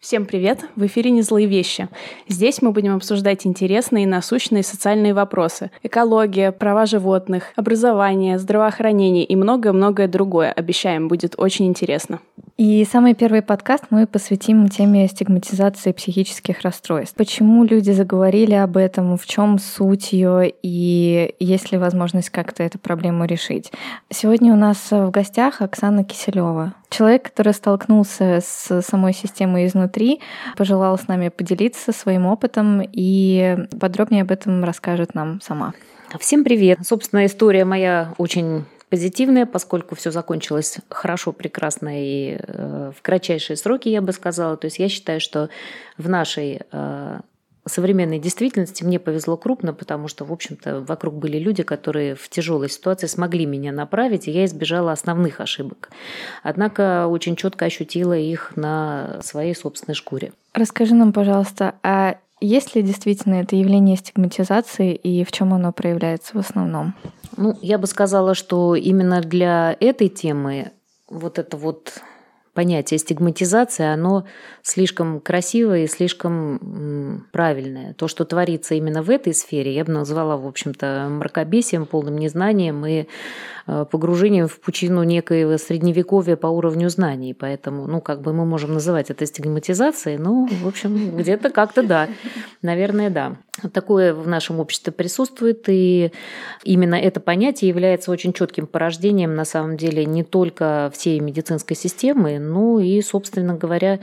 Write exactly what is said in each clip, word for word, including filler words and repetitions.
Всем привет! В эфире «Не злые вещи». Здесь мы будем обсуждать интересные и насущные социальные вопросы. Экология, права животных, образование, здравоохранение и многое-многое другое. Обещаем, будет очень интересно. И самый первый подкаст мы посвятим теме стигматизации психических расстройств. Почему люди заговорили об этом, в чем суть ее и есть ли возможность как-то эту проблему решить. Сегодня у нас в гостях Оксана Киселева. Человек, который столкнулся с самой системой изнутри, пожелал с нами поделиться своим опытом и подробнее об этом расскажет нам сама. Всем привет! Собственно, история моя очень позитивная, поскольку все закончилось хорошо, прекрасно и э, в кратчайшие сроки, я бы сказала. То есть я считаю, что в нашей э, современной действительности мне повезло крупно, потому что, в общем-то, вокруг были люди, которые в тяжелой ситуации смогли меня направить, и я избежала основных ошибок. Однако очень четко ощутила их на своей собственной шкуре. Расскажи нам, пожалуйста, а есть ли действительно это явление стигматизации и в чем оно проявляется в основном? Ну, я бы сказала, что именно для этой темы вот это вот понятие стигматизации, оно слишком красивое и слишком правильное. То, что творится именно в этой сфере, я бы назвала, в общем-то, мракобесием, полным незнанием и погружением в пучину некоего средневековья по уровню знаний. Поэтому, ну, как бы мы можем называть это стигматизацией, ну, в общем, где-то как-то да. Наверное, да. Такое в нашем обществе присутствует, и именно это понятие является очень четким порождением, на самом деле, не только всей медицинской системы, но и, собственно говоря,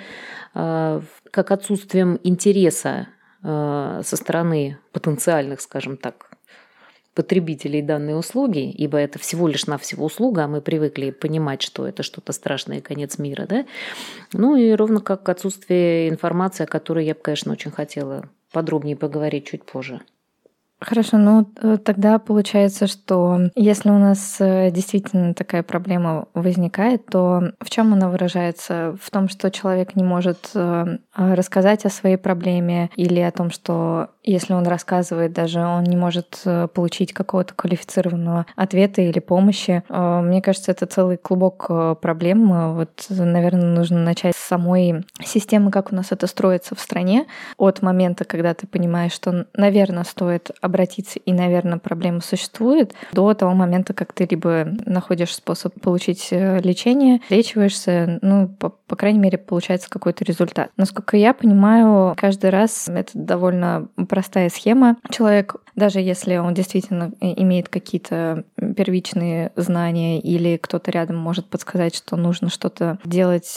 как отсутствием интереса со стороны потенциальных, скажем так, потребителей данной услуги, ибо это всего лишь навсего услуга, а мы привыкли понимать, что это что-то страшное, конец мира, да? Ну и ровно как отсутствие информации, о которой я бы, конечно, очень хотела подробнее поговорить чуть позже. Хорошо, ну тогда получается, что если у нас действительно такая проблема возникает, то в чем она выражается? В том, что человек не может рассказать о своей проблеме, или о том, что если он рассказывает, даже он не может получить какого-то квалифицированного ответа или помощи. Мне кажется, это целый клубок проблем. Вот, наверное, нужно начать с самой системы, как у нас это строится в стране, от момента, когда ты понимаешь, что, наверное, стоит обратиться, и, наверное, проблема существует, до того момента, как ты либо находишь способ получить лечение, лечиваешься, ну, по, по крайней мере, получается какой-то результат. Насколько я понимаю, каждый раз это довольно простая схема. Человек, даже если он действительно имеет какие-то первичные знания или кто-то рядом может подсказать, что нужно что-то делать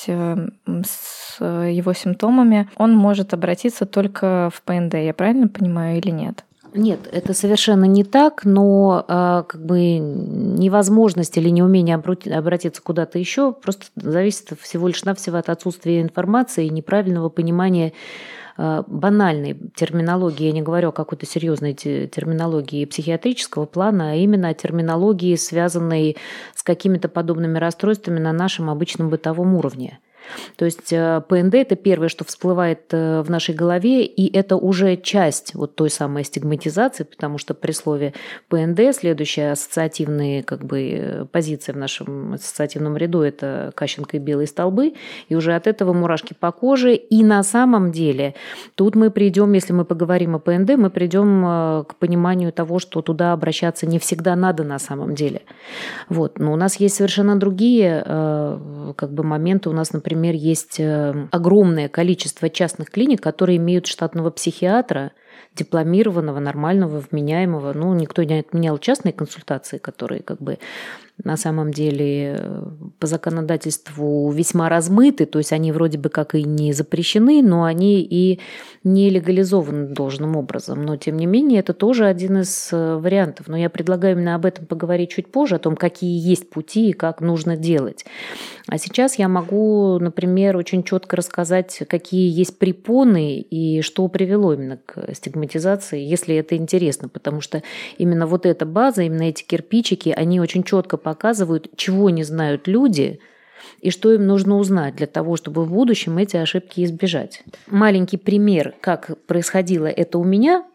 с его симптомами, он может обратиться только в ПНД. Я правильно понимаю или нет? Нет, это совершенно не так, но э, как бы невозможность или неумение обратиться куда-то еще просто зависит всего лишь навсего от отсутствия информации и неправильного понимания э, банальной терминологии. Я не говорю о какой-то серьезной терминологии психиатрического плана, а именно о терминологии, связанной с какими-то подобными расстройствами на нашем обычном бытовом уровне. То есть ПНД – это первое, что всплывает в нашей голове, и это уже часть вот той самой стигматизации, потому что при слове ПНД следующая ассоциативная как бы, позиция в нашем ассоциативном ряду – это Кащенко и белые столбы, и уже от этого мурашки по коже. И на самом деле тут мы придем, если мы поговорим о ПНД, мы придем к пониманию того, что туда обращаться не всегда надо на самом деле. Вот. Но у нас есть совершенно другие как бы, моменты. У нас, например, Например, есть огромное количество частных клиник, которые имеют штатного психиатра, дипломированного, нормального, вменяемого. Ну, никто не отменял частные консультации, которые как бы на самом деле по законодательству весьма размыты, то есть они вроде бы как и не запрещены, но они и не легализованы должным образом. Но, тем не менее, это тоже один из вариантов. Но я предлагаю именно об этом поговорить чуть позже, о том, какие есть пути и как нужно делать. А сейчас я могу, например, очень четко рассказать, какие есть препоны и что привело именно к стигматизации, если это интересно, потому что именно вот эта база, именно эти кирпичики, они очень четко показывают, чего не знают люди и что им нужно узнать для того, чтобы в будущем эти ошибки избежать. Маленький пример, как происходило это у меня,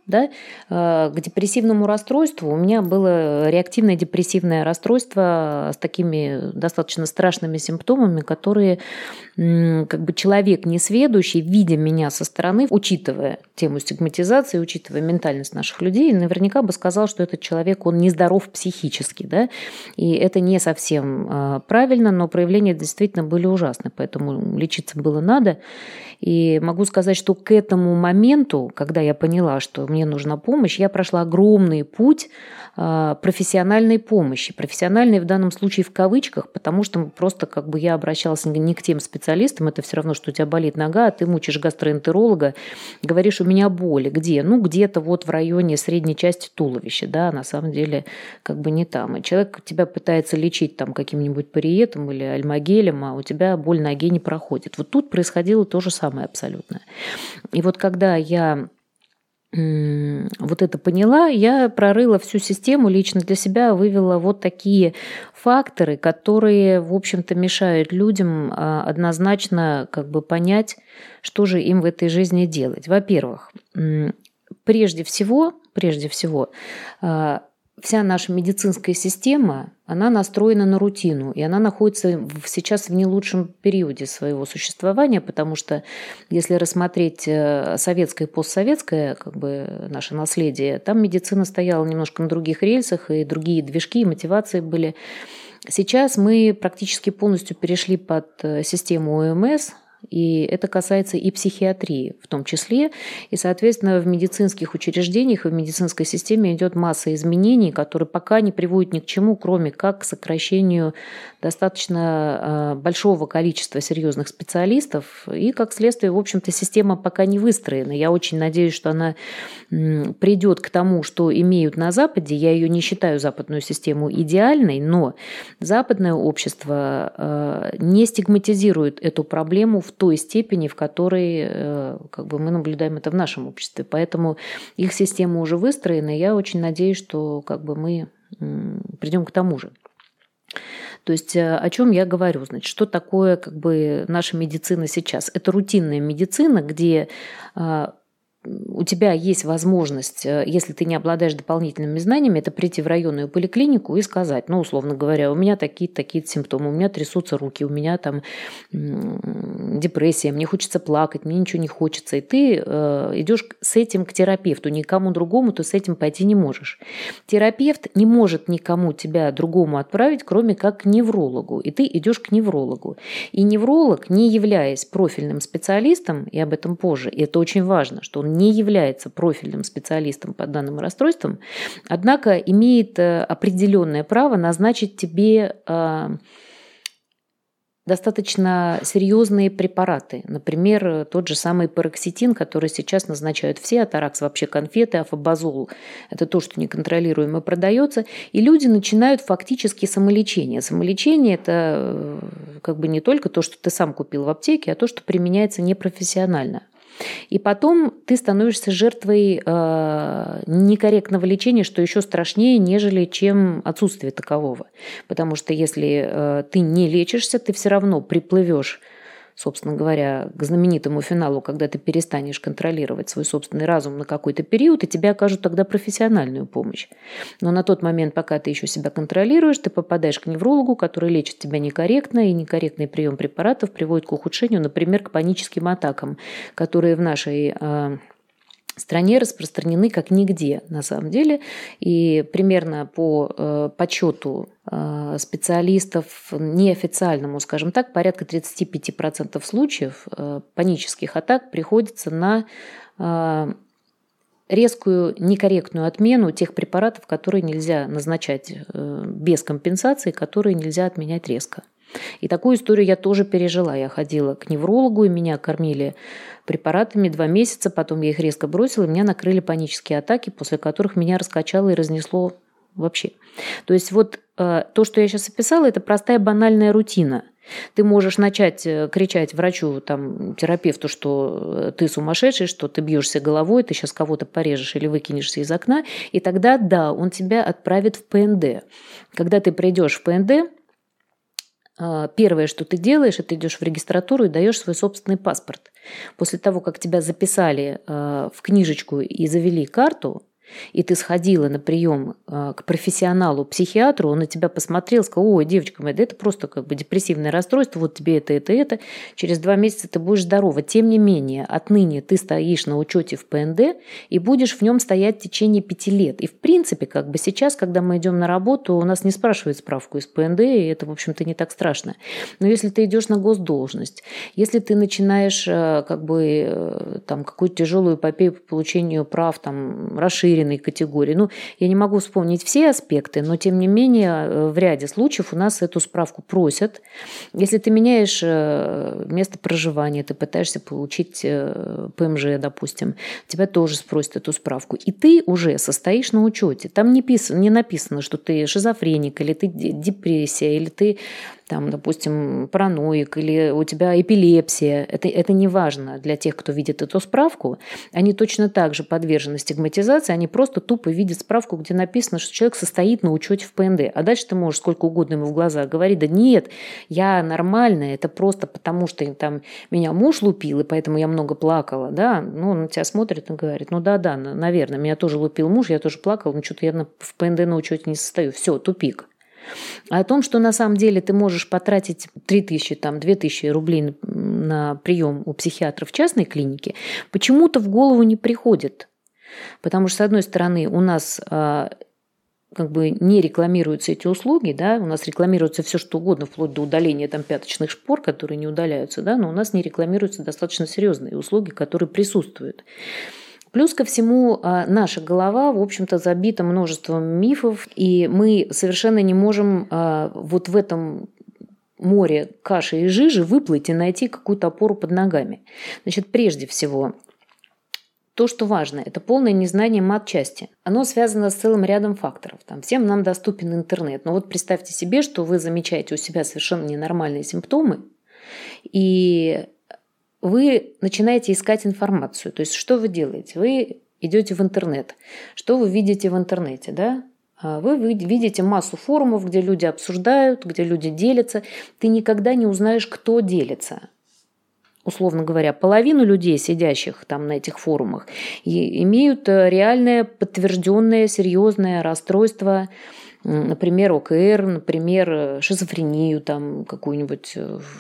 Да? К депрессивному расстройству у меня было реактивное депрессивное расстройство с такими достаточно страшными симптомами, которые как бы человек несведущий, видя меня со стороны, учитывая тему стигматизации, учитывая ментальность наших людей, наверняка бы сказал, что этот человек, он нездоров психически. Да? И это не совсем правильно, но проявления действительно были ужасны, поэтому лечиться было надо. И могу сказать, что к этому моменту, когда я поняла, что мне нужна помощь, я прошла огромный путь профессиональной помощи. Профессиональной в данном случае в кавычках, потому что просто как бы я обращалась не к тем специалистам, это все равно, что у тебя болит нога, а ты мучишь гастроэнтеролога, говоришь, у меня боли. Где? Ну, где-то вот в районе средней части туловища, да, на самом деле как бы не там. И человек тебя пытается лечить там каким-нибудь париетом или альмагелем, а у тебя боль ноги не проходит. Вот тут происходило то же самое абсолютно. И вот когда я вот это поняла, я прорыла всю систему, лично для себя вывела вот такие факторы, которые, в общем-то, мешают людям однозначно как бы понять, что же им в этой жизни делать. Во-первых, прежде всего, прежде всего, вся наша медицинская система, она настроена на рутину, и она находится сейчас в не лучшем периоде своего существования, потому что если рассмотреть советское и постсоветское как бы, наше наследие, там медицина стояла немножко на других рельсах, и другие движки, и мотивации были. Сейчас мы практически полностью перешли под систему О Эм Эс, и это касается и психиатрии в том числе. И, соответственно, в медицинских учреждениях и в медицинской системе идет масса изменений, которые пока не приводят ни к чему, кроме как к сокращению достаточно большого количества серьезных специалистов. И, как следствие, в общем-то, система пока не выстроена. Я очень надеюсь, что она придет к тому, что имеют на Западе. Я ее не считаю, западную систему, идеальной, но западное общество не стигматизирует эту проблему в той степени, в которой как бы, мы наблюдаем это в нашем обществе. Поэтому их система уже выстроена, и я очень надеюсь, что как бы, мы придем к тому же. То есть о чем я говорю? Значит, что такое как бы, наша медицина сейчас? Это рутинная медицина, где у тебя есть возможность, если ты не обладаешь дополнительными знаниями, это прийти в районную поликлинику и сказать, ну, условно говоря, у меня такие-то такие симптомы, у меня трясутся руки, у меня там депрессия, мне хочется плакать, мне ничего не хочется. И ты идешь с этим к терапевту, никому другому ты с этим пойти не можешь. Терапевт не может никому тебя другому отправить, кроме как к неврологу. И ты идешь к неврологу. И невролог, не являясь профильным специалистом, и об этом позже, и это очень важно, что он не является профильным специалистом по данным расстройствам, однако имеет определенное право назначить тебе достаточно серьезные препараты. Например, тот же самый пароксетин, который сейчас назначают все, атаракс вообще конфеты, афобазол – это то, что неконтролируемо продается. И люди начинают фактически самолечение. Самолечение – это как бы не только то, что ты сам купил в аптеке, а то, что применяется непрофессионально. И потом ты становишься жертвой э, некорректного лечения, что еще страшнее, нежели чем отсутствие такового. Потому что если э, ты не лечишься, ты все равно приплывешь, собственно говоря, к знаменитому финалу, когда ты перестанешь контролировать свой собственный разум на какой-то период, и тебе окажут тогда профессиональную помощь. Но на тот момент, пока ты еще себя контролируешь, ты попадаешь к неврологу, который лечит тебя некорректно, и некорректный прием препаратов приводит к ухудшению, например, к паническим атакам, которые в нашей э, стране распространены как нигде на самом деле. И примерно по э, подсчету э, специалистов неофициальному, скажем так, порядка тридцать пять процентов случаев э, панических атак приходится на э, резкую некорректную отмену тех препаратов, которые нельзя назначать э, без компенсации, которые нельзя отменять резко. И такую историю я тоже пережила. Я ходила к неврологу, и меня кормили препаратами два месяца, потом я их резко бросила, и меня накрыли панические атаки, после которых меня раскачало и разнесло вообще. То есть вот э, то, что я сейчас описала, это простая банальная рутина. Ты можешь начать кричать врачу, там, терапевту, что ты сумасшедший, что ты бьешься головой, ты сейчас кого-то порежешь или выкинешься из окна, и тогда, да, он тебя отправит в Пэ Эн Дэ. Когда ты придешь в Пэ Эн Дэ, Первое, что ты делаешь, это идешь в регистратуру и даешь свой собственный паспорт. После того, как тебя записали в книжечку и завели карту, и ты сходила на прием к профессионалу, психиатру, он на тебя посмотрел, сказал: ой, девочка моя, да это просто как бы депрессивное расстройство, вот тебе это, это, это, через два месяца ты будешь здорова. Тем не менее, отныне ты стоишь на учете в ПНД и будешь в нем стоять в течение пяти лет. И в принципе, как бы сейчас, когда мы идем на работу, у нас не спрашивают справку из ПНД, и это, в общем-то, не так страшно. Но если ты идешь на госдолжность, если ты начинаешь как бы там какую-то тяжелую эпопею по получению прав, там, расширенной категории. Ну, я не могу вспомнить все аспекты, но, тем не менее, в ряде случаев у нас эту справку просят. Если ты меняешь место проживания, ты пытаешься получить ПМЖ, допустим, тебя тоже спросят эту справку. И ты уже состоишь на учете. Там не, писано, не написано, что ты шизофреник, или ты депрессия, или ты там, допустим, параноик, или у тебя эпилепсия. Это, это не важно для тех, кто видит эту справку. Они точно так же подвержены стигматизации, они просто тупо видят справку, где написано, что человек состоит на учете в ПНД. А дальше ты можешь сколько угодно ему в глаза говорить: да нет, я нормальная, это просто потому, что там меня муж лупил, и поэтому я много плакала. Да? Ну, он на тебя смотрит и говорит: ну да-да, наверное, меня тоже лупил муж, я тоже плакала, но что-то я в ПНД на учете не состою. Все, тупик. А о том, что на самом деле ты можешь потратить три тысячи, там, две тысячи рублей на прием у психиатра в частной клинике, почему-то в голову не приходит. Потому что, с одной стороны, у нас как бы не рекламируются эти услуги, да, у нас рекламируется все, что угодно, вплоть до удаления там, пяточных шпор, которые не удаляются, да, но у нас не рекламируются достаточно серьезные услуги, которые присутствуют. Плюс ко всему, наша голова, в общем-то, забита множеством мифов, и мы совершенно не можем вот в этом море каши и жижи выплыть и найти какую-то опору под ногами. Значит, прежде всего, то, что важно, это полное незнание матчасти. Оно связано с целым рядом факторов. Там всем нам доступен интернет. Но вот представьте себе, что вы замечаете у себя совершенно ненормальные симптомы, и вы начинаете искать информацию. То есть, что вы делаете? Вы идете в интернет. Что вы видите в интернете? Да? Вы видите массу форумов, где люди обсуждают, где люди делятся. Ты никогда не узнаешь, кто делится. Условно говоря, половину людей, сидящих там на этих форумах, имеют реальное подтвержденное серьезное расстройство, например, ОКР, например, шизофрению там какую-нибудь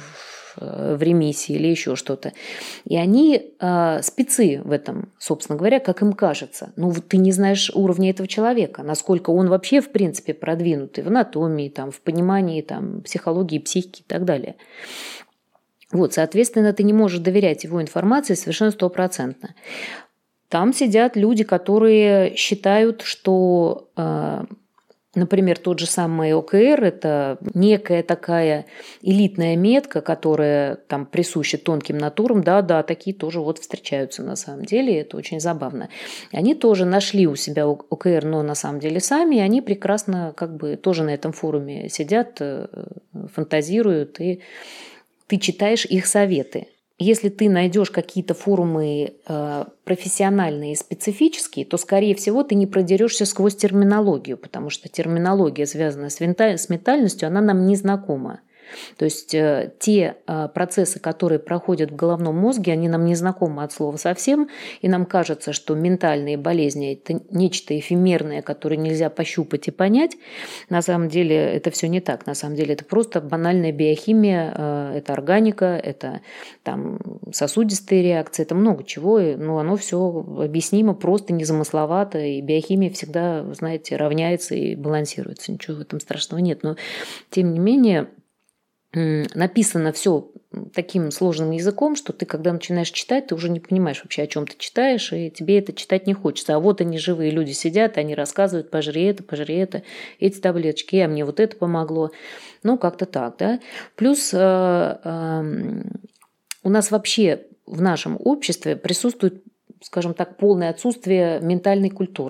в ремиссии или еще что-то. И они э, спецы в этом, собственно говоря, как им кажется. Ну, ты не знаешь уровня этого человека, насколько он вообще, в принципе, продвинутый в анатомии, там, в понимании там, психологии, психики и так далее. Вот, соответственно, ты не можешь доверять его информации совершенно стопроцентно. Там сидят люди, которые считают, что... Э, Например, тот же самый ОКР – это некая такая элитная метка, которая там присуща тонким натурам. Да-да, такие тоже вот встречаются на самом деле, это очень забавно. Они тоже нашли у себя ОКР, но на самом деле сами, и они прекрасно как бы тоже на этом форуме сидят, фантазируют, и ты читаешь их советы. Если ты найдешь какие-то форумы э, профессиональные и специфические, то, скорее всего, ты не продерешься сквозь терминологию, потому что терминология, связанная с, винта... с ментальностью, она нам не знакома. То есть э, те э, процессы, которые проходят в головном мозге, они нам не знакомы от слова совсем, и нам кажется, что ментальные болезни – это нечто эфемерное, которое нельзя пощупать и понять. На самом деле это все не так. На самом деле это просто банальная биохимия, э, это органика, это там, сосудистые реакции, это много чего, но оно все объяснимо, просто незамысловато, и биохимия всегда, знаете, равняется и балансируется. Ничего в этом страшного нет. Но тем не менее… написано все таким сложным языком, что ты, когда начинаешь читать, ты уже не понимаешь вообще, о чем ты читаешь, и тебе это читать не хочется. А вот они, живые люди, сидят, они рассказывают: пожри это, пожри это, эти таблеточки, а мне вот это помогло. Ну, как-то так, да. Плюс э, э, у нас вообще в нашем обществе присутствует, скажем так, полное отсутствие ментальной культуры.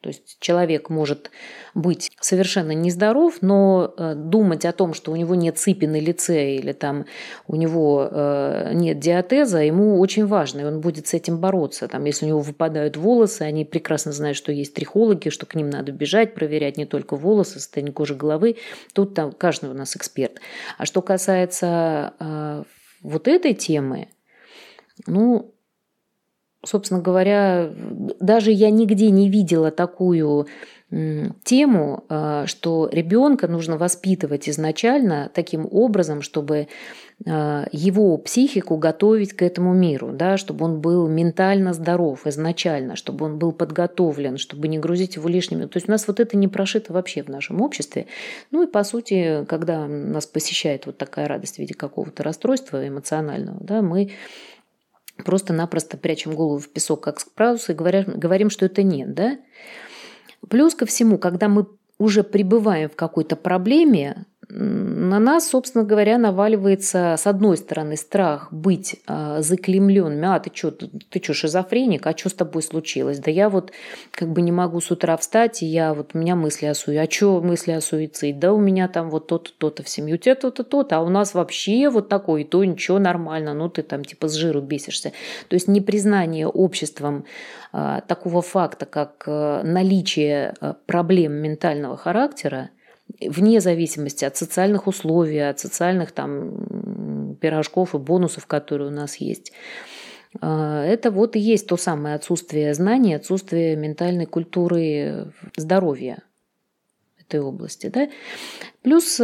То есть человек может быть совершенно нездоров, но думать о том, что у него нет сыпи на лице или там у него нет диатеза, ему очень важно, и он будет с этим бороться. Там, если у него выпадают волосы, они прекрасно знают, что есть трихологи, что к ним надо бежать, проверять не только волосы, состояние кожи головы. Тут там каждый у нас эксперт. А что касается вот этой темы, ну, собственно говоря, даже я нигде не видела такую тему, что ребенка нужно воспитывать изначально таким образом, чтобы его психику готовить к этому миру, да, чтобы он был ментально здоров изначально, чтобы он был подготовлен, чтобы не грузить его лишними. То есть у нас вот это не прошито вообще в нашем обществе. Ну и по сути, когда нас посещает вот такая радость в виде какого-то расстройства эмоционального, да, мы просто-напросто прячем голову в песок, как спраус, и говорим, говорим, что это нет. Да? Плюс ко всему, когда мы уже пребываем в какой-то проблеме, на нас, собственно говоря, наваливается, с одной стороны, страх быть э, заклеймленными. А, ты что, ты, ты что, шизофреник? А что с тобой случилось? Да я вот как бы не могу с утра встать, и я вот у меня мысли о суициде. А что мысли о суициде? Да у меня там вот то-то, то-то в семье, у тебя то-то, то-то, а у нас вообще вот такое, и то ничего, нормально, ну ты там типа с жиру бесишься. То есть непризнание обществом э, такого факта, как э, наличие э, проблем ментального характера, вне зависимости от социальных условий, от социальных там пирожков и бонусов, которые у нас есть. Это вот и есть то самое отсутствие знаний, отсутствие ментальной культуры здоровья в этой области. Да? Плюс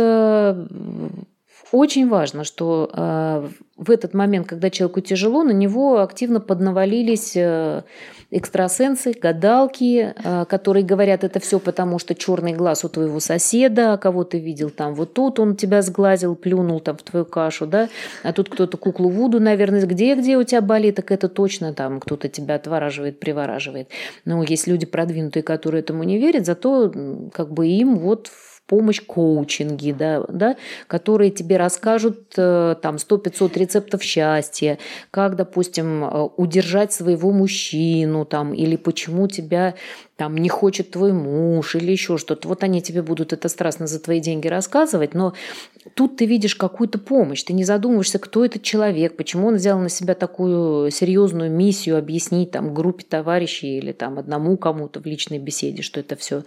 очень важно, что в этот момент, когда человеку тяжело, на него активно поднавалились экстрасенсы, гадалки, которые говорят, это все потому, что черный глаз у твоего соседа, кого ты видел там, вот тут он тебя сглазил, плюнул там в твою кашу, да, а тут кто-то куклу Вуду, наверное, где-где у тебя болит, так это точно там кто-то тебя отвораживает, привораживает. Но есть люди продвинутые, которые этому не верят, зато как бы им вот помощь коучинги, да, да, которые тебе расскажут там сто-пятьсот рецептов счастья, как, допустим, удержать своего мужчину, там, или почему тебя там не хочет твой муж, или еще что-то. Вот они тебе будут это страстно за твои деньги рассказывать, но тут ты видишь какую-то помощь, ты не задумываешься, кто этот человек, почему он взял на себя такую серьезную миссию объяснить там группе товарищей или там одному кому-то в личной беседе, что это все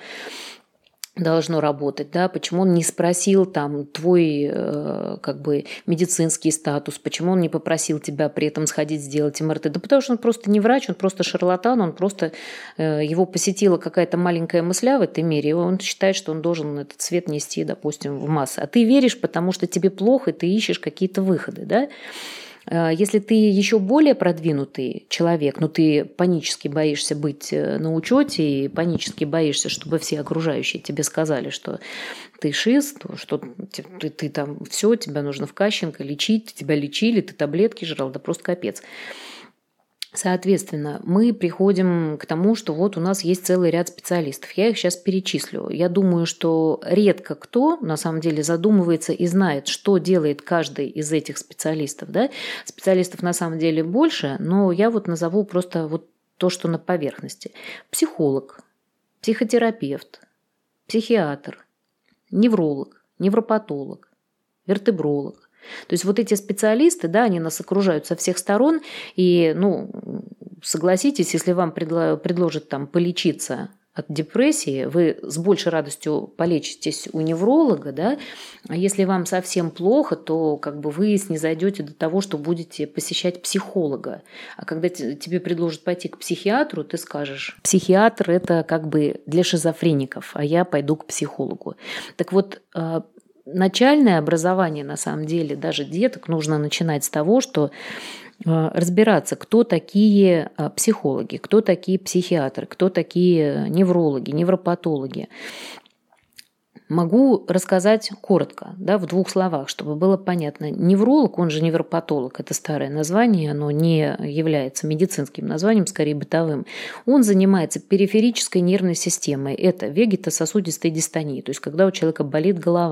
должно работать, да, почему он не спросил там твой э, как бы медицинский статус, почему он не попросил тебя при этом сходить сделать эм эр тэ, да потому что он просто не врач, он просто шарлатан, он просто, э, его посетила какая-то маленькая мысля в этой мире, и он считает, что он должен этот свет нести, допустим, в массы, а ты веришь, потому что тебе плохо, и ты ищешь какие-то выходы, да. Если ты еще более продвинутый человек, но ты панически боишься быть на учете и панически боишься, чтобы все окружающие тебе сказали, что ты шиз, что ты, ты там все, тебя нужно в Кащенко лечить, тебя лечили, ты таблетки жрал, да просто капец. Соответственно, мы приходим к тому, что вот у нас есть целый ряд специалистов. Я их сейчас перечислю. Я думаю, что редко кто на самом деле задумывается и знает, что делает каждый из этих специалистов. Да? Специалистов на самом деле больше, но я вот назову просто вот то, что на поверхности. Психолог, психотерапевт, психиатр, невролог, невропатолог, вертебролог. То есть вот эти специалисты, да, они нас окружают со всех сторон, и, ну, согласитесь, если вам предло- предложат там полечиться от депрессии, вы с большей радостью полечитесь у невролога, да, а если вам совсем плохо, то как бы вы снизойдете до того, что будете посещать психолога. А когда тебе предложат пойти к психиатру, ты скажешь, психиатр – это как бы для шизофреников, а я пойду к психологу. Так вот, начальное образование, на самом деле, даже деток, нужно начинать с того, что разбираться, кто такие психологи, кто такие психиатры, кто такие неврологи, невропатологи. Могу рассказать коротко, да, в двух словах, чтобы было понятно. Невролог, он же невропатолог, это старое название, оно не является медицинским названием, скорее бытовым. Он занимается периферической нервной системой. Это вегетососудистая дистония, то есть когда у человека болит голова.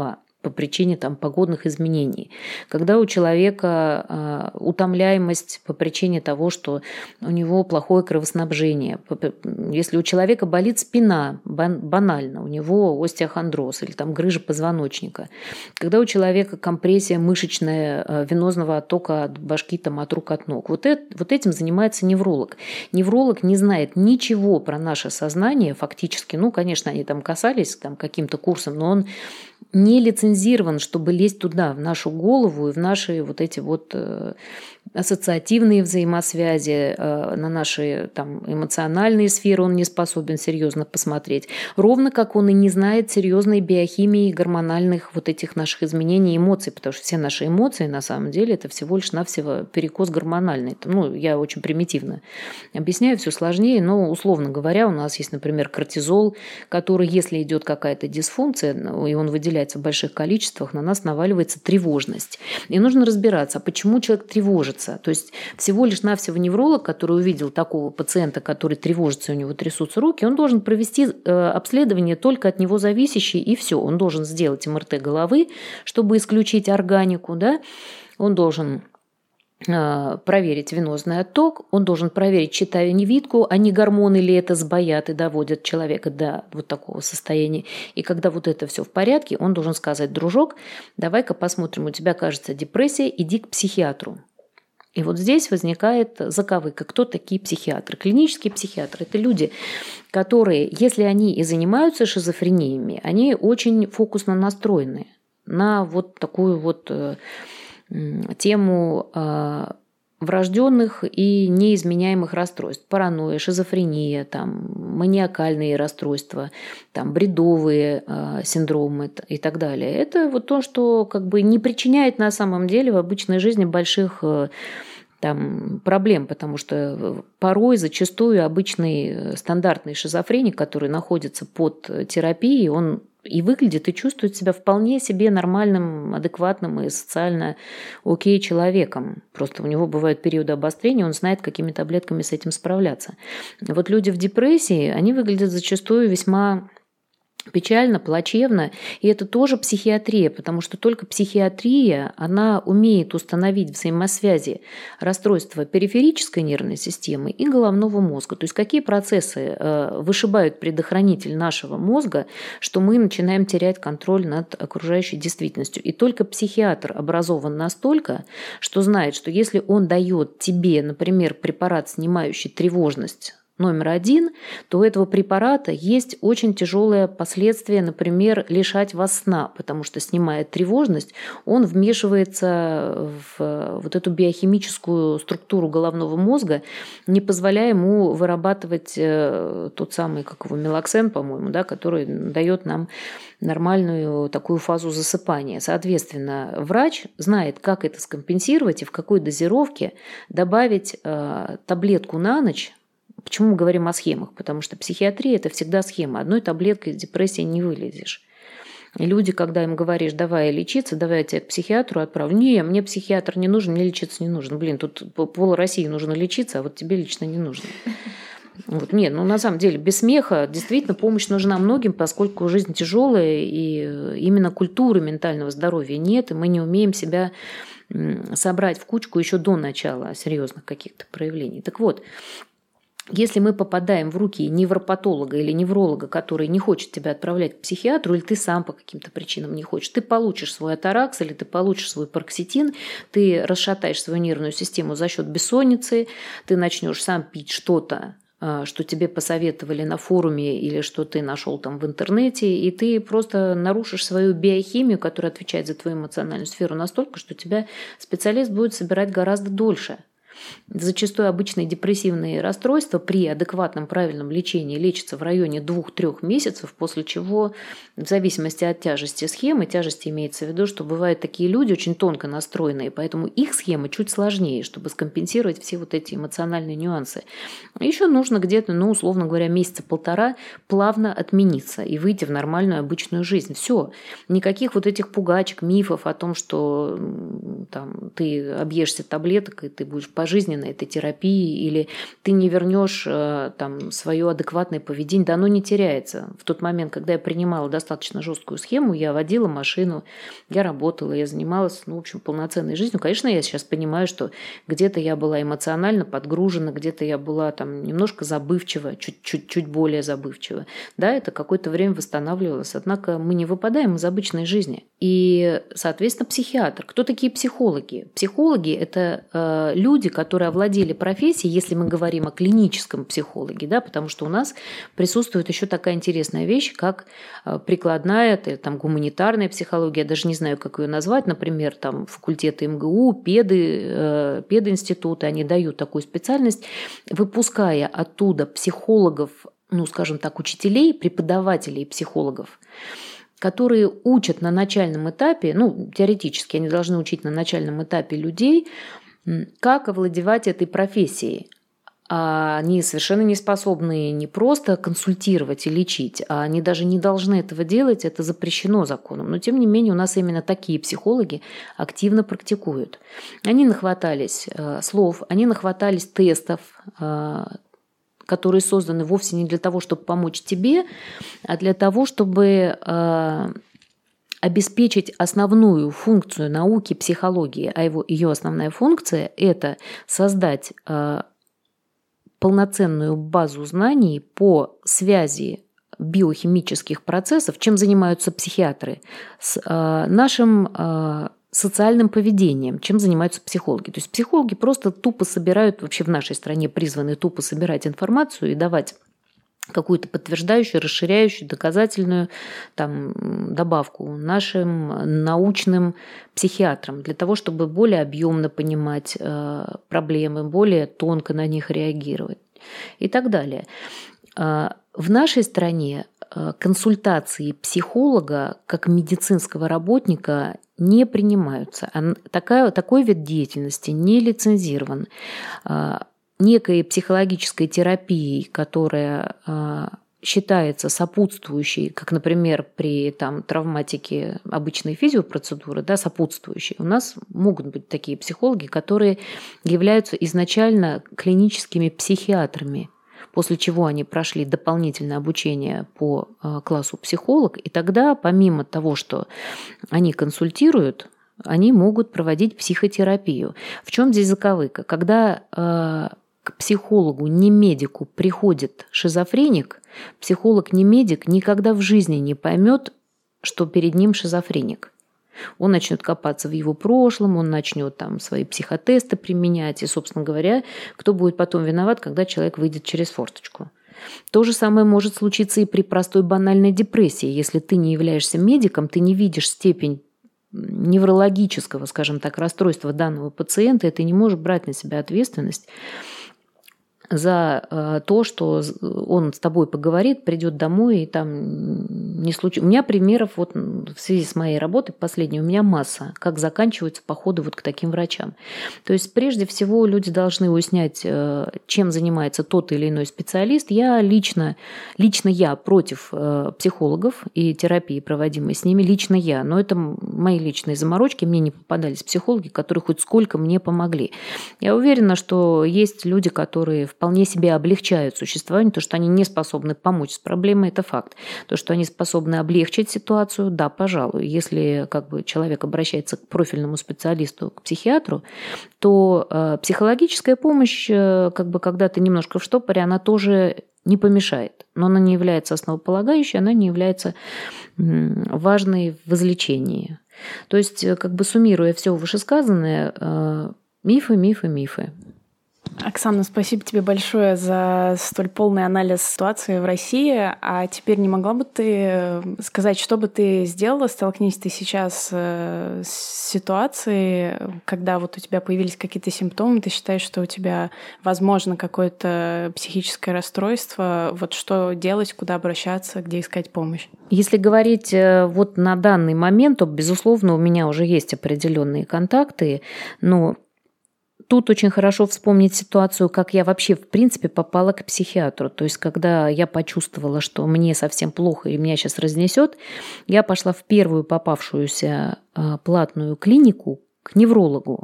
по причине там, погодных изменений, когда у человека э, утомляемость по причине того, что у него плохое кровоснабжение, если у человека болит спина, банально, у него остеохондроз или там грыжа позвоночника, когда у человека компрессия мышечная, э, венозного оттока от башки, там, от рук, от ног. Вот, это, вот этим занимается невролог. Невролог не знает ничего про наше сознание фактически, ну, конечно, они там касались там, каким-то курсом, но он не лицензирован, чтобы лезть туда, в нашу голову и в наши вот эти вот э, ассоциативные взаимосвязи, э, на наши там, эмоциональные сферы он не способен серьезно посмотреть. Ровно как он и не знает серьезной биохимии гормональных вот этих наших изменений эмоций, потому что все наши эмоции на самом деле это всего лишь навсего перекос гормональный. Ну, я очень примитивно объясняю, все сложнее, но условно говоря, у нас есть, например, кортизол, который, если идет какая-то дисфункция, и он выделяется в больших количествах, на нас наваливается тревожность. И нужно разбираться, почему человек тревожится. То есть всего лишь навсего невролог, который увидел такого пациента, который тревожится, у него трясутся руки, он должен провести обследование только от него зависящее, и все. Он должен сделать эм эр тэ головы, чтобы исключить органику, да? Он должен проверить венозный отток, он должен проверить щитовидку, а не гормоны ли это сбоят и доводят человека до вот такого состояния. И когда вот это все в порядке, он должен сказать: дружок, давай-ка посмотрим, у тебя, кажется, депрессия, иди к психиатру. И вот здесь возникает заковыка. Кто такие психиатры? Клинические психиатры – это люди, которые, если они и занимаются шизофрениями, они очень фокусно настроены на вот такую вот тему э, врожденных и неизменяемых расстройств. Паранойя, шизофрения, там, маниакальные расстройства, там, бредовые э, синдромы и так далее. Это вот то, что как бы не причиняет на самом деле в обычной жизни больших э, там, проблем, потому что порой, зачастую обычный стандартный шизофреник, который находится под терапией, он и выглядит, и чувствует себя вполне себе нормальным, адекватным и социально окей человеком. Просто у него бывают периоды обострения, он знает, какими таблетками с этим справляться. Вот люди в депрессии, они выглядят зачастую весьма печально, плачевно, и это тоже психиатрия, потому что только психиатрия, она умеет установить взаимосвязи расстройства периферической нервной системы и головного мозга. То есть какие процессы вышибают предохранитель нашего мозга, что мы начинаем терять контроль над окружающей действительностью. И только психиатр образован настолько, что знает, что если он дает тебе, например, препарат, снимающий тревожность, номер один, то у этого препарата есть очень тяжелые последствия, например, лишать вас сна, потому что, снимая тревожность, он вмешивается в вот эту биохимическую структуру головного мозга, не позволяя ему вырабатывать тот самый, как его, мелоксен, по-моему, да, который дает нам нормальную такую фазу засыпания. Соответственно, врач знает, как это скомпенсировать и в какой дозировке добавить э, таблетку на ночь. Почему мы говорим о схемах? Потому что психиатрия – это всегда схема. Одной таблеткой из депрессии не вылезешь. И люди, когда им говоришь: давай лечиться, давай я тебя к психиатру отправлю. Не, мне психиатр не нужен, мне лечиться не нужно. Блин, тут пол России нужно лечиться, а вот тебе лично не нужно. Вот. Нет, ну на самом деле, без смеха, действительно, помощь нужна многим, поскольку жизнь тяжелая, и именно культуры ментального здоровья нет, и мы не умеем себя собрать в кучку еще до начала серьезных каких-то проявлений. Так вот, если мы попадаем в руки невропатолога или невролога, который не хочет тебя отправлять к психиатру, или ты сам по каким-то причинам не хочешь, ты получишь свой атаракс или ты получишь свой пароксетин, ты расшатаешь свою нервную систему за счет бессонницы, ты начнешь сам пить что-то, что тебе посоветовали на форуме или что ты нашел там в интернете, и ты просто нарушишь свою биохимию, которая отвечает за твою эмоциональную сферу, настолько, что тебя специалист будет собирать гораздо дольше. Зачастую обычные депрессивные расстройства при адекватном правильном лечении лечатся в районе двух-трёх месяцев, после чего, в зависимости от тяжести схемы, тяжести имеется в виду, что бывают такие люди очень тонко настроенные, поэтому их схема чуть сложнее, чтобы скомпенсировать все вот эти эмоциональные нюансы. Еще нужно где-то, ну, условно говоря, месяца полтора плавно отмениться и выйти в нормальную обычную жизнь. Все. Никаких вот этих пугачек, мифов о том, что там, ты объешься таблеток и ты будешь пожить пожизненной этой терапии, или ты не вернешь там свое адекватное поведение, да оно не теряется. В тот момент, когда я принимала достаточно жесткую схему, я водила машину, я работала, я занималась, ну, в общем, полноценной жизнью. Конечно, я сейчас понимаю, что где-то я была эмоционально подгружена, где-то я была там немножко забывчива, чуть-чуть чуть более забывчива. Да, это какое-то время восстанавливалось, однако мы не выпадаем из обычной жизни. И, соответственно, психиатр. Кто такие психологи? Психологи – это э, люди, которые овладели профессией, если мы говорим о клиническом психологе, да, потому что у нас присутствует еще такая интересная вещь, как э, прикладная, это, там, гуманитарная психология, я даже не знаю, как ее назвать, например, там, факультеты эм гэ у, педы, э, пединституты, они дают такую специальность, выпуская оттуда психологов, ну, скажем так, учителей, преподавателей психологов, которые учат на начальном этапе, ну, теоретически они должны учить на начальном этапе людей, как овладевать этой профессией. А они совершенно не способны не просто консультировать и лечить, а они даже не должны этого делать, это запрещено законом. Но, тем не менее, у нас именно такие психологи активно практикуют. Они нахватались э, слов, они нахватались тестов, э, которые созданы вовсе не для того, чтобы помочь тебе, а для того, чтобы э, обеспечить основную функцию науки психологии. А его, ее основная функция – это создать э, полноценную базу знаний по связи биохимических процессов, чем занимаются психиатры, с э, нашим э, социальным поведением, чем занимаются психологи. То есть психологи просто тупо собирают, вообще в нашей стране призваны тупо собирать информацию и давать какую-то подтверждающую, расширяющую, доказательную там, добавку нашим научным психиатрам для того, чтобы более объемно понимать э, проблемы, более тонко на них реагировать и так далее. Э, в нашей стране э, консультации психолога как медицинского работника не принимаются. А такая, такой вид деятельности не лицензирован. Э, некой психологической терапией, которая э, считается сопутствующей, как, например, при там, травматике обычной физиопроцедуры, да, сопутствующей. У нас могут быть такие психологи, которые являются изначально клиническими психиатрами, после чего они прошли дополнительное обучение по э, классу психолог, и тогда, помимо того, что они консультируют, они могут проводить психотерапию. В чем здесь заковыка? Когда э, к психологу, не медику, приходит шизофреник, психолог, не медик, никогда в жизни не поймет, что перед ним шизофреник. Он начнет копаться в его прошлом, он начнет там свои психотесты применять, и, собственно говоря, кто будет потом виноват, когда человек выйдет через форточку. То же самое может случиться и при простой банальной депрессии. Если ты не являешься медиком, ты не видишь степень неврологического, скажем так, расстройства данного пациента, и ты не можешь брать на себя ответственность за то, что он с тобой поговорит, придет домой и там не случится. У меня примеров вот в связи с моей работой последней у меня масса, как заканчиваются походы вот к таким врачам. То есть прежде всего люди должны уяснять, чем занимается тот или иной специалист. Я лично, лично я против психологов и терапии, проводимой с ними, лично я. Но это мои личные заморочки, мне не попадались психологи, которые хоть сколько мне помогли. Я уверена, что есть люди, которые вполне себе облегчают существование, то, что они не способны помочь с проблемой, это факт. То, что они способны облегчить ситуацию, да, пожалуй. Если как бы, человек обращается к профильному специалисту, к психиатру, то э, психологическая помощь, э, как бы, когда ты немножко в штопоре, она тоже не помешает. Но она не является основополагающей, она не является э, важной в излечении. То есть, как бы суммируя все вышесказанное, э, мифы, мифы, мифы. Оксана, спасибо тебе большое за столь полный анализ ситуации в России. А теперь не могла бы ты сказать, что бы ты сделала, столкнись ты сейчас с ситуацией, когда вот у тебя появились какие-то симптомы, ты считаешь, что у тебя возможно какое-то психическое расстройство, вот что делать, куда обращаться, где искать помощь? Если говорить вот на данный момент, то, безусловно, у меня уже есть определенные контакты, но тут очень хорошо вспомнить ситуацию, как я вообще, в принципе, попала к психиатру. То есть, когда я почувствовала, что мне совсем плохо и меня сейчас разнесет, я пошла в первую попавшуюся платную клинику к неврологу.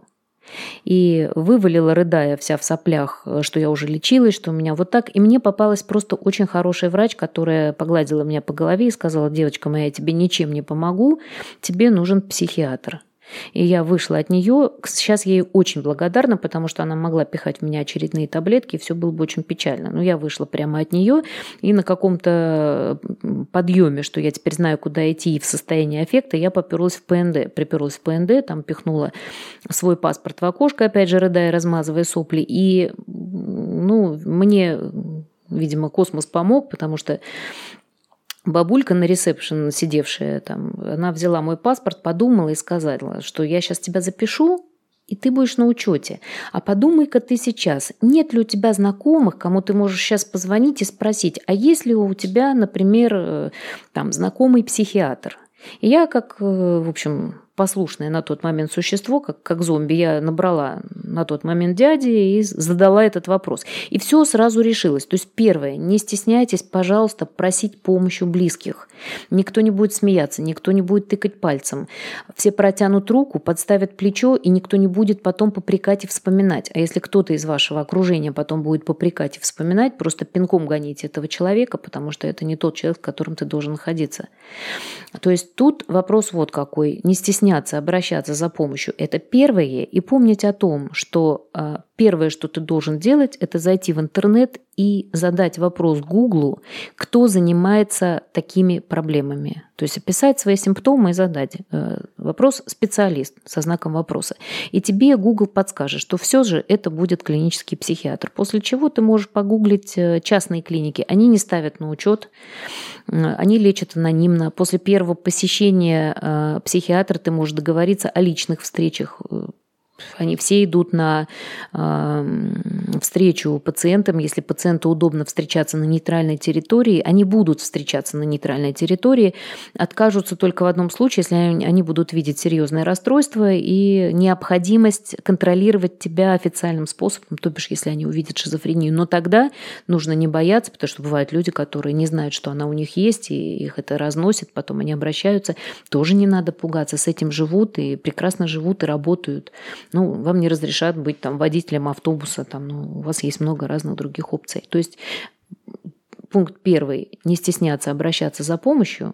И вывалила, рыдая вся в соплях, что я уже лечилась, что у меня вот так. И мне попалась просто очень хорошая врач, которая погладила меня по голове и сказала: девочка моя, я тебе ничем не помогу, тебе нужен психиатр. И я вышла от нее. Сейчас я ей очень благодарна, потому что она могла пихать в меня очередные таблетки, и все было бы очень печально. Но я вышла прямо от нее, и на каком-то подъеме, что я теперь знаю, куда идти, и в состоянии аффекта, я поперлась в ПНД. Приперлась в ПНД, там пихнула свой паспорт в окошко, опять же, рыдая, размазывая сопли. И, ну, мне, видимо, космос помог, потому что бабулька на ресепшн, сидевшая там, она взяла мой паспорт, подумала и сказала, что я сейчас тебя запишу, и ты будешь на учете. А подумай-ка ты сейчас, нет ли у тебя знакомых, кому ты можешь сейчас позвонить и спросить, а есть ли у тебя, например, там, знакомый психиатр? И я, как, в общем, послушное на тот момент существо, как, как зомби, я набрала на тот момент дяди и задала этот вопрос. И все сразу решилось. То есть первое, не стесняйтесь, пожалуйста, просить помощи у близких. Никто не будет смеяться, никто не будет тыкать пальцем. Все протянут руку, подставят плечо, и никто не будет потом попрекать и вспоминать. А если кто-то из вашего окружения потом будет попрекать и вспоминать, просто пинком гоните этого человека, потому что это не тот человек, в котором ты должен находиться. То есть тут вопрос вот какой. Не стесняйтесь обращаться за помощью. Это первое. И помнить о том, что а, первое, что ты должен делать, это зайти в интернет и задать вопрос Гуглу, кто занимается такими проблемами. То есть описать свои симптомы и задать э, вопрос специалист со знаком вопроса. И тебе Google подскажет, что все же это будет клинический психиатр. После чего ты можешь погуглить частные клиники. Они не ставят на учет, они лечат анонимно. После первого посещения э, психиатра ты можешь договориться о личных встречах. Они все идут на э, встречу пациентам. Если пациенту удобно встречаться на нейтральной территории, они будут встречаться на нейтральной территории. Откажутся только в одном случае, если они, они будут видеть серьезное расстройство и необходимость контролировать тебя официальным способом, то бишь, если они увидят шизофрению. Но тогда нужно не бояться, потому что бывают люди, которые не знают, что она у них есть, и их это разносит, потом они обращаются. Тоже не надо пугаться, с этим живут, и прекрасно живут, и работают. Ну, вам не разрешат быть там водителем автобуса, там, ну, у вас есть много разных других опций. То есть пункт первый – не стесняться обращаться за помощью,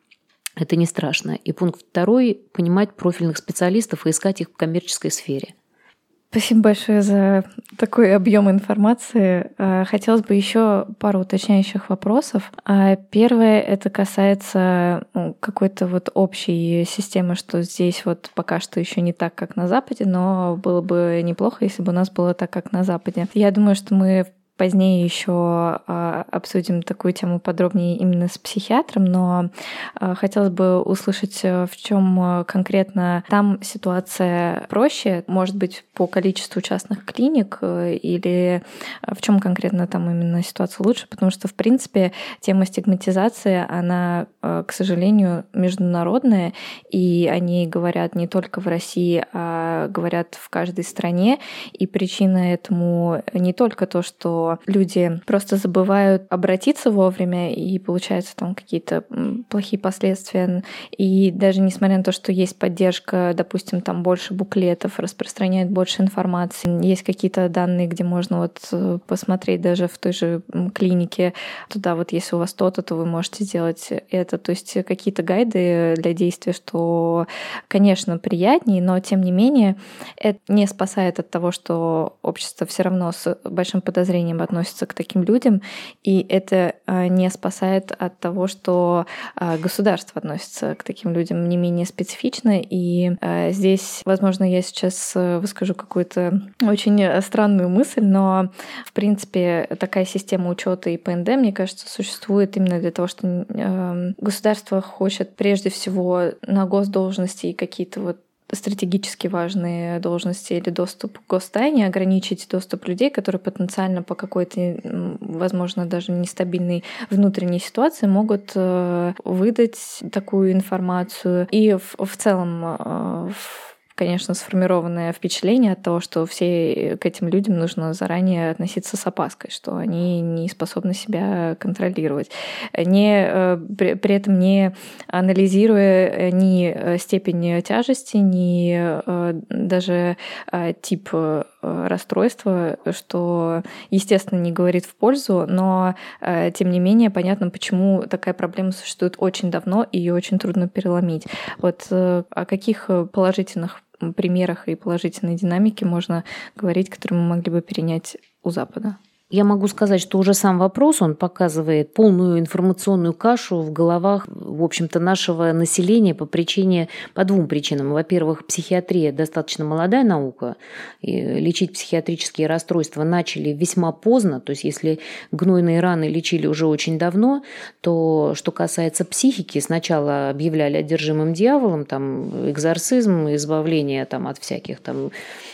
это не страшно. И пункт второй – понимать профильных специалистов и искать их в коммерческой сфере. Спасибо большое за такой объем информации. Хотелось бы еще пару уточняющих вопросов. Первое, это касается какой-то вот общей системы, что здесь вот пока что еще не так, как на Западе, но было бы неплохо, если бы у нас было так, как на Западе. Я думаю, что мы позднее еще обсудим такую тему подробнее именно с психиатром, но хотелось бы услышать, в чем конкретно там ситуация проще, может быть, по количеству частных клиник, или в чем конкретно там именно ситуация лучше, потому что, в принципе, тема стигматизации, она, к сожалению, международная, и они говорят не только в России, а говорят в каждой стране, и причина этому не только то, что люди просто забывают обратиться вовремя, и получаются там какие-то плохие последствия. И даже несмотря на то, что есть поддержка, допустим, там больше буклетов, распространяют больше информации, есть какие-то данные, где можно вот посмотреть даже в той же клинике, туда вот если у вас то-то, то вы можете сделать это. То есть какие-то гайды для действия, что, конечно, приятнее, но тем не менее это не спасает от того, что общество все равно с большим подозрением относится к таким людям, и это не спасает от того, что государство относится к таким людям не менее специфично. И здесь, возможно, я сейчас выскажу какую-то очень странную мысль, но, в принципе, такая система учета и ПНД, мне кажется, существует именно для того, что государство хочет прежде всего на госдолжности и какие-то вот стратегически важные должности или доступ к гостайне, ограничить доступ людей, которые потенциально по какой-то, возможно, даже нестабильной внутренней ситуации могут выдать такую информацию. И в, в целом в конечно, сформированное впечатление от того, что все к этим людям нужно заранее относиться с опаской, что они не способны себя контролировать. Не, при, при этом не анализируя ни степень тяжести, ни даже тип расстройства, что, естественно, не говорит в пользу, но, тем не менее, понятно, почему такая проблема существует очень давно, и ее очень трудно переломить. Вот о каких положительных примерах и положительной динамике можно говорить, которые мы могли бы перенять у Запада? Я могу сказать, что уже сам вопрос, он показывает полную информационную кашу в головах, в общем-то, нашего населения по причине, по двум причинам. Во-первых, психиатрия достаточно молодая наука, и лечить психиатрические расстройства начали весьма поздно, то есть если гнойные раны лечили уже очень давно, то что касается психики, сначала объявляли одержимым дьяволом, там, экзорцизм, избавление там, от всяких там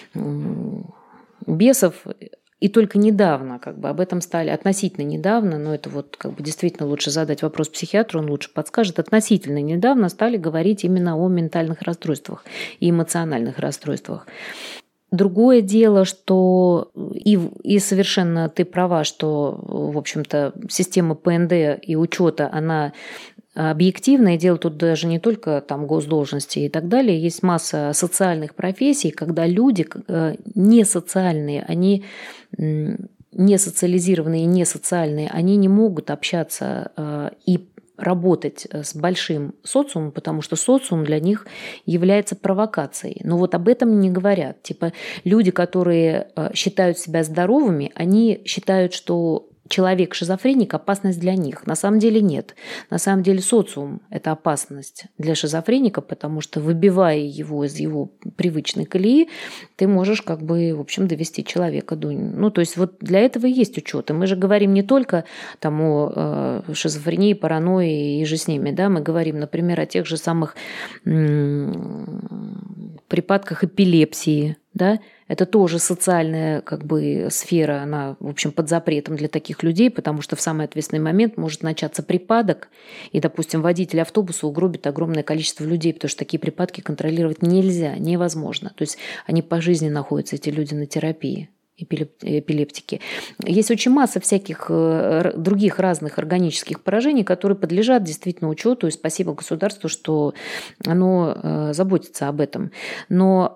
бесов. И только недавно, как бы об этом стали, относительно недавно, но это вот как бы действительно лучше задать вопрос психиатру, он лучше подскажет, относительно недавно стали говорить именно о ментальных расстройствах и эмоциональных расстройствах. Другое дело, что и, и совершенно ты права, что, в общем-то, система Пэ Эн Дэ и учета, она объективное дело тут даже не только там госдолжности и так далее, есть масса социальных профессий, когда люди не социальные, они не социализированные, не социальные, они не могут общаться и работать с большим социумом, потому что социум для них является провокацией. Но вот об этом не говорят. Типа люди, которые считают себя здоровыми, они считают, что человек-шизофреник – опасность для них. На самом деле нет. На самом деле социум – это опасность для шизофреника, потому что, выбивая его из его привычной колеи, ты можешь как бы, в общем, довести человека до... Ну, то есть вот для этого и есть учет. И мы же говорим не только там, о э, шизофрении, паранойи и же с ними. Да? Мы говорим, например, о тех же самых м- припадках эпилепсии, да? Это тоже социальная как бы сфера, она, в общем, под запретом для таких людей, потому что в самый ответственный момент может начаться припадок, и, допустим, водитель автобуса угробит огромное количество людей, потому что такие припадки контролировать нельзя, невозможно. То есть они по жизни находятся, эти люди, на терапии. Эпилептики. Есть очень масса всяких других разных органических поражений, которые подлежат действительно учету, и спасибо государству, что оно заботится об этом. Но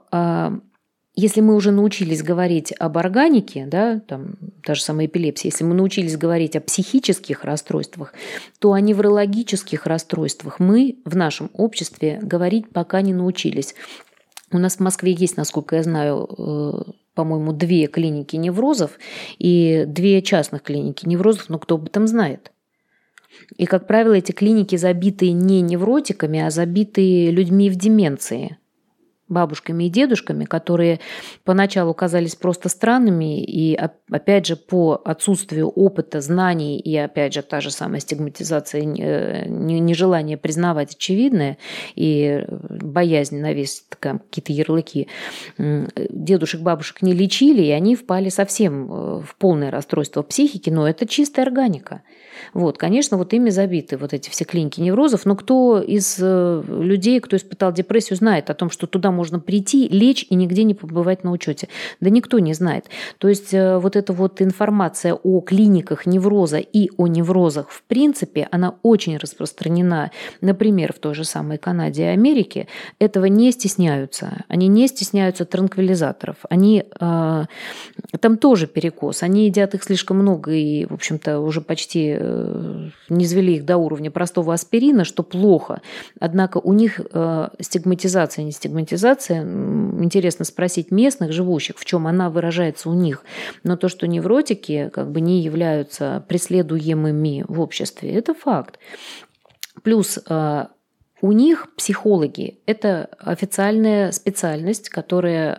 если мы уже научились говорить об органике, да, там, та же самая эпилепсия, если мы научились говорить о психических расстройствах, то о неврологических расстройствах мы в нашем обществе говорить пока не научились. У нас в Москве есть, насколько я знаю, по-моему, две клиники неврозов и две частных клиники неврозов, но кто об этом знает? И, как правило, эти клиники забиты не невротиками, а забиты людьми в деменции, бабушками и дедушками, которые поначалу казались просто странными, и опять же по отсутствию опыта, знаний и опять же та же самая стигматизация, нежелание признавать очевидное и боязнь навесить какие-то ярлыки, дедушек, бабушек не лечили, и они впали совсем в полное расстройство психики, но это чистая органика. Вот, конечно, вот ими забиты вот эти все клиники неврозов, но кто из людей, кто испытал депрессию, знает о том, что туда можно прийти, лечь и нигде не побывать на учете? Да никто не знает. То есть вот эта вот информация о клиниках невроза и о неврозах в принципе, она очень распространена. Например, в той же самой Канаде и Америке этого не стесняются. Они не стесняются транквилизаторов. Они, э, там тоже перекос. Они едят их слишком много и, в общем-то, уже почти э, низвели их до уровня простого аспирина, что плохо. Однако у них э, стигматизация, не стигматизация. Интересно спросить местных живущих, в чем она выражается у них. Но то, что невротики как бы не являются преследуемыми в обществе, это факт. Плюс у них психологи – это официальная специальность, которая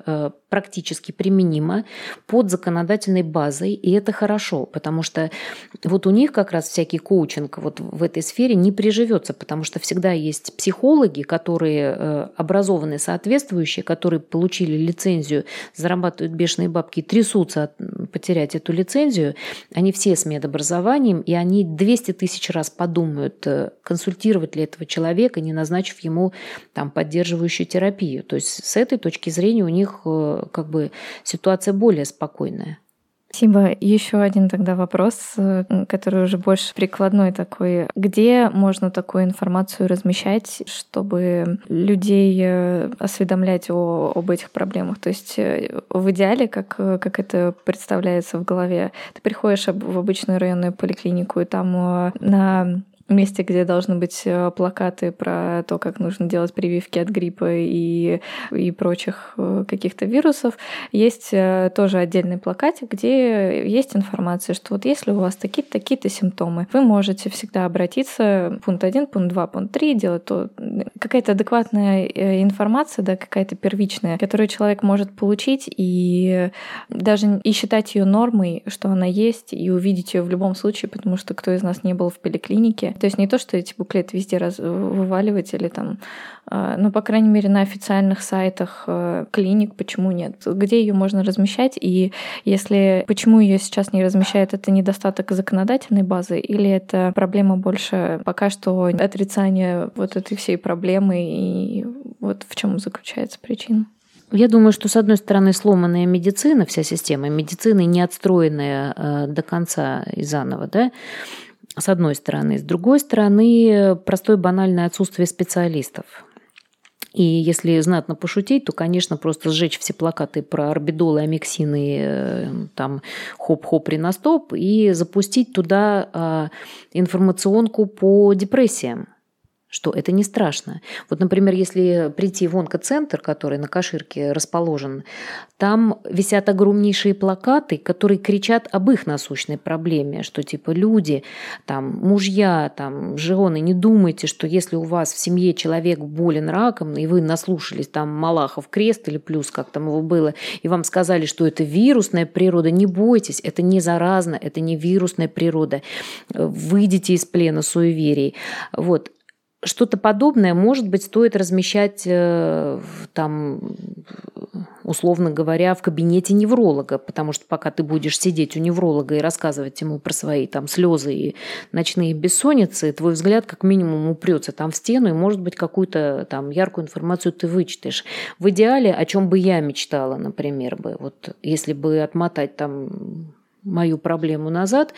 практически применима под законодательной базой, и это хорошо, потому что вот у них как раз всякий коучинг вот в этой сфере не приживется, потому что всегда есть психологи, которые образованные, соответствующие, которые получили лицензию, зарабатывают бешеные бабки, трясутся от потерять эту лицензию, они все с медобразованием, и они двести тысяч раз подумают, консультировать ли этого человека, не назначив ему там поддерживающую терапию. То есть с этой точки зрения у них как бы ситуация более спокойная. Спасибо. Еще один тогда вопрос, который уже больше прикладной такой. Где можно такую информацию размещать, чтобы людей осведомлять о, об этих проблемах? То есть в идеале, как, как это представляется в голове, ты приходишь в обычную районную поликлинику, и там на месте, где должны быть плакаты про то, как нужно делать прививки от гриппа и, и прочих каких-то вирусов, есть тоже отдельный плакатик, где есть информация, что вот если у вас такие-то, такие-то симптомы, вы можете всегда обратиться, пункт один, пункт два, пункт три, делать то. Какая-то адекватная информация, да, какая-то первичная, которую человек может получить и даже и считать ее нормой, что она есть, и увидеть ее в любом случае, потому что кто из нас не был в поликлинике. То есть не то, что эти буклеты везде раз вываливать или там, ну, по крайней мере, на официальных сайтах клиник, почему нет? Где ее можно размещать? И если почему ее сейчас не размещают, это недостаток законодательной базы или это проблема больше пока что отрицание вот этой всей проблемы, и вот в чем заключается причина? Я думаю, что, с одной стороны, сломанная медицина, вся система медицины не отстроенная до конца и заново, да, с одной стороны. С другой стороны, простое банальное отсутствие специалистов. И если знатно пошутить, то, конечно, просто сжечь все плакаты про орбидол и амиксин и там хоп-хоп риностоп и запустить туда информационку по депрессиям, что это не страшно. Вот, например, если прийти в онкоцентр, который на Каширке расположен, там висят огромнейшие плакаты, которые кричат об их насущной проблеме, что типа люди, там, мужья, там, жены, не думайте, что если у вас в семье человек болен раком, и вы наслушались там Малахов крест или плюс, как там его было, и вам сказали, что это вирусная природа, не бойтесь, это не заразно, это не вирусная природа. Выйдите из плена суеверий. Вот. Что-то подобное, может быть, стоит размещать там, условно говоря, в кабинете невролога, потому что пока ты будешь сидеть у невролога и рассказывать ему про свои там слезы и ночные бессонницы, твой взгляд как минимум упрется там в стену, и, может быть, какую-то там яркую информацию ты вычитаешь. В идеале, о чем бы я мечтала, например, бы, вот если бы отмотать там мою проблему назад,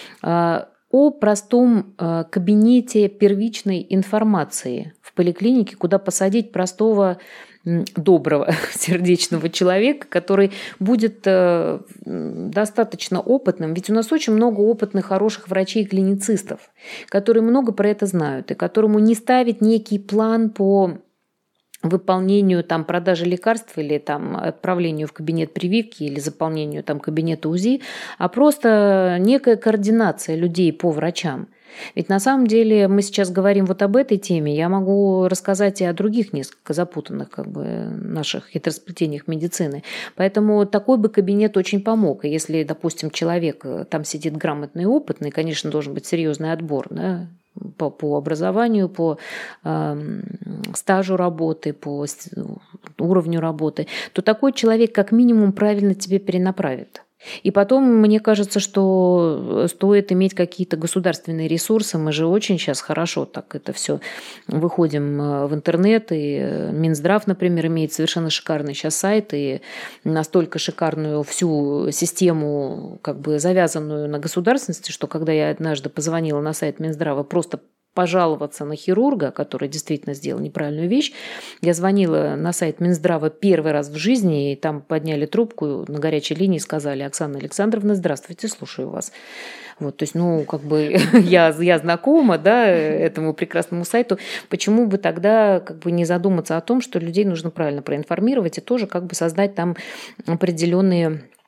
о простом кабинете первичной информации в поликлинике, куда посадить простого, доброго, сердечного человека, который будет достаточно опытным. Ведь у нас очень много опытных, хороших врачей и клиницистов, которые много про это знают, и которому не ставить некий план по выполнению там, продажи лекарств или там, отправлению в кабинет прививки или заполнению там, кабинета УЗИ, а просто некая координация людей по врачам. Ведь на самом деле мы сейчас говорим вот об этой теме, я могу рассказать и о других несколько запутанных как бы, наших хитросплетениях медицины. Поэтому такой бы кабинет очень помог. И если, допустим, человек там сидит грамотный и опытный, конечно, должен быть серьезный отбор, да, по, по образованию, по э, стажу работы, по уровню работы, то такой человек как минимум правильно тебе перенаправит. И потом, мне кажется, что стоит иметь какие-то государственные ресурсы. Мы же очень сейчас хорошо так это все выходим в интернет. И Минздрав, например, имеет совершенно шикарный сейчас сайт и настолько шикарную всю систему, как бы завязанную на государственности, что когда я однажды позвонила на сайт Минздрава просто пожаловаться на хирурга, который действительно сделал неправильную вещь. Я звонила на сайт Минздрава первый раз в жизни, и там подняли трубку на горячей линии и сказали: Оксана Александровна, здравствуйте, слушаю вас. Вот, то есть, ну, как бы я, я знакома, да, этому прекрасному сайту. Почему бы тогда как бы не задуматься о том, что людей нужно правильно проинформировать и тоже как бы создать там определенные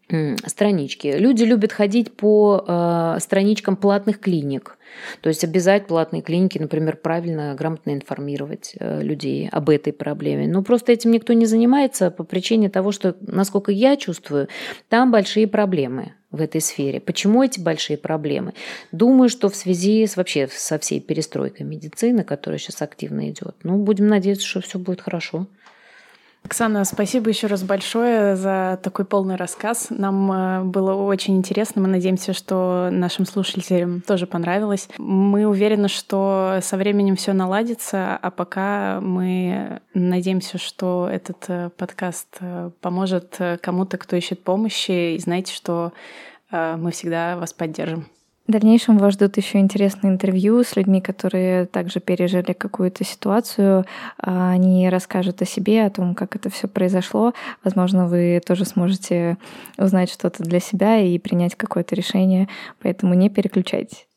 Странички. Люди любят ходить по э, страничкам платных клиник. То есть обязать платные клиники, например, правильно, грамотно информировать э, людей об этой проблеме. Но просто этим никто не занимается по причине того, что, насколько я чувствую, там большие проблемы в этой сфере. Почему эти большие проблемы? Думаю, что в связи с, вообще со всей перестройкой медицины, которая сейчас активно идет. Ну, будем надеяться, что все будет хорошо. Оксана, спасибо еще раз большое за такой полный рассказ. Нам было очень интересно. Мы надеемся, что нашим слушателям тоже понравилось. Мы уверены, что со временем все наладится, а пока мы надеемся, что этот подкаст поможет кому-то, кто ищет помощи. И знаете, что мы всегда вас поддержим. В дальнейшем вас ждут еще интересные интервью с людьми, которые также пережили какую-то ситуацию. Они расскажут о себе, о том, как это все произошло. Возможно, вы тоже сможете узнать что-то для себя и принять какое-то решение. Поэтому не переключайтесь.